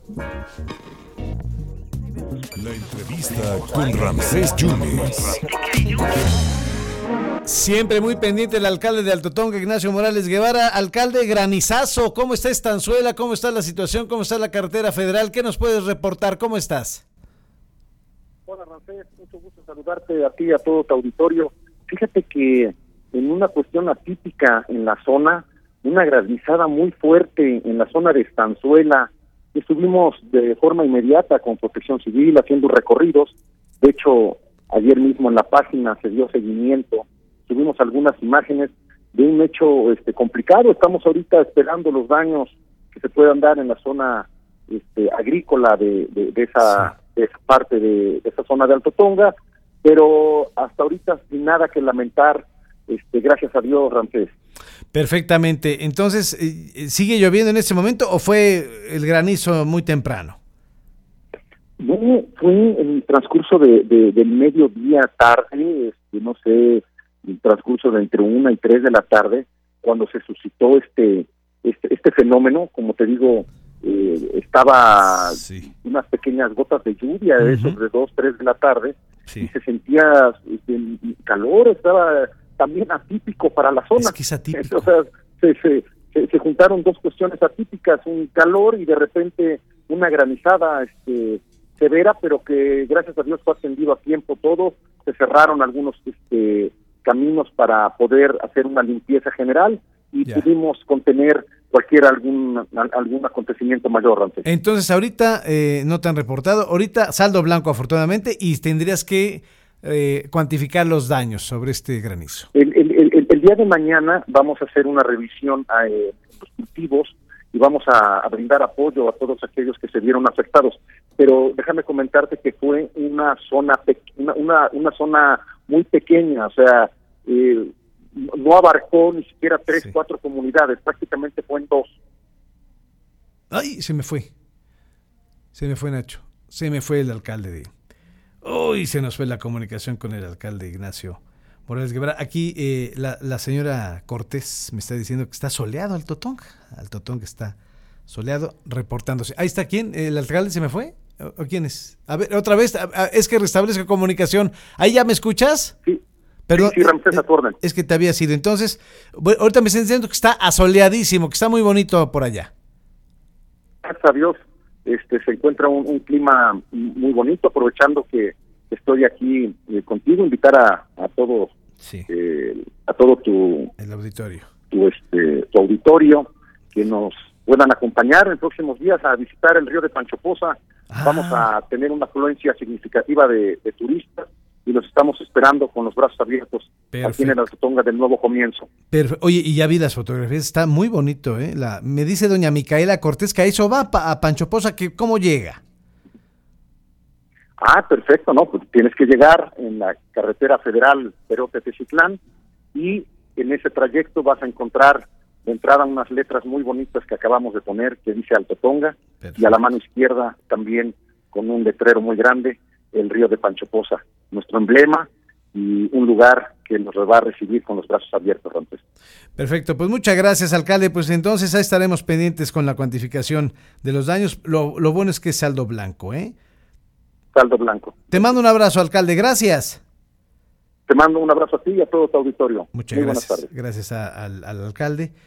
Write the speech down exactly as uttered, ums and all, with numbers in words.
La entrevista con Ramsés Yunes. Siempre muy pendiente el alcalde de Alto Tonga, Ignacio Morales Guevara. Alcalde, granizazo, ¿cómo está Estanzuela? ¿Cómo está la situación? ¿Cómo está la carretera federal? ¿Qué nos puedes reportar? ¿Cómo estás? Hola, Ramsés, mucho gusto saludarte a ti y a todo tu auditorio. Fíjate que en una cuestión atípica en la zona, una granizada muy fuerte en la zona de Estanzuela, estuvimos de forma inmediata con Protección Civil haciendo recorridos. De hecho, ayer mismo en la página se dio seguimiento, tuvimos algunas imágenes de un hecho este complicado. Estamos ahorita esperando los daños que se puedan dar en la zona este, agrícola de, de, de, esa, sí. de esa parte de, de esa zona de Alto Tonga, pero hasta ahorita sin nada que lamentar, este, gracias a Dios, Ramsés. Perfectamente. Entonces, ¿sigue lloviendo en este momento o fue el granizo muy temprano? No, fue en el transcurso de, de, del mediodía tarde, este, no sé, el transcurso de entre una y tres de la tarde, cuando se suscitó este este, este fenómeno. Como te digo, eh, estaba sí. unas pequeñas gotas de lluvia, uh-huh. eso de dos, tres de la tarde, sí. y se sentía este, calor, estaba también atípico para la zona. Es que es atípico. O sea, se, se, se, se juntaron dos cuestiones atípicas, un calor y de repente una granizada este severa, pero que gracias a Dios fue atendido a tiempo todo. Se cerraron algunos este caminos para poder hacer una limpieza general y yeah. pudimos contener cualquier algún algún acontecimiento mayor, Ramsés. Entonces ahorita eh, no te han reportado, ahorita saldo blanco afortunadamente, y tendrías que eh, cuantificar los daños sobre este granizo. El, el, el, el día de mañana vamos a hacer una revisión a eh, los cultivos y vamos a, a brindar apoyo a todos aquellos que se vieron afectados. Pero déjame comentarte que fue una zona pe- una, una una zona muy pequeña, o sea, eh, no abarcó ni siquiera tres, sí. cuatro comunidades, prácticamente fue en dos. Ay, se me fue, se me fue Nacho, se me fue el alcalde de... Uy, se nos fue la comunicación con el alcalde Ignacio Morales Guevara. Aquí eh, la, la señora Cortés me está diciendo que está soleado Alto Tonga, Alto Tonga está soleado, reportándose. Ahí está, ¿quién? ¿El alcalde se me fue? ¿O quién es? A ver, otra vez, a, a, es que restablezca comunicación. ¿Ahí ya me escuchas? Sí. Perdón, sí, sí, Ramsés, a tu orden. Es que te había sido. Entonces, bueno, ahorita me están diciendo que está asoleadísimo, que está muy bonito por allá. Gracias a Dios, este, se encuentra un, un clima muy bonito, aprovechando que estoy aquí eh, contigo, invitar a, a todo, sí. eh, a todo tu, el auditorio, tu, este, tu auditorio, que nos puedan acompañar en próximos días a visitar el río de Pancho Poza. Ah. Vamos a tener una afluencia significativa de, de turistas y los estamos esperando con los brazos abiertos. Perfecto. Aquí en el Alto Tonga del nuevo comienzo. Perfecto. Oye, y ya vi las fotografías, está muy bonito, ¿eh? La, me dice doña Micaela Cortés que a eso va pa, a Pancho Poza, que ¿cómo llega? Ah, perfecto, ¿no? Pues tienes que llegar en la carretera federal Perote-Tezitlán y en ese trayecto vas a encontrar de entrada unas letras muy bonitas que acabamos de poner, que dice Alto Tonga, perfecto. Y a la mano izquierda también con un letrero muy grande, el río de Pancho Poza, nuestro emblema y un lugar que nos va a recibir con los brazos abiertos, Ramsés. Perfecto, pues muchas gracias, alcalde. Pues entonces ahí estaremos pendientes con la cuantificación de los daños. Lo, lo bueno es que es saldo blanco, ¿eh? Saldo blanco. Te mando un abrazo, alcalde, gracias. Te mando un abrazo a ti y a todo tu auditorio. Muchas Muy gracias. Buenas tardes. Gracias a, al, al alcalde.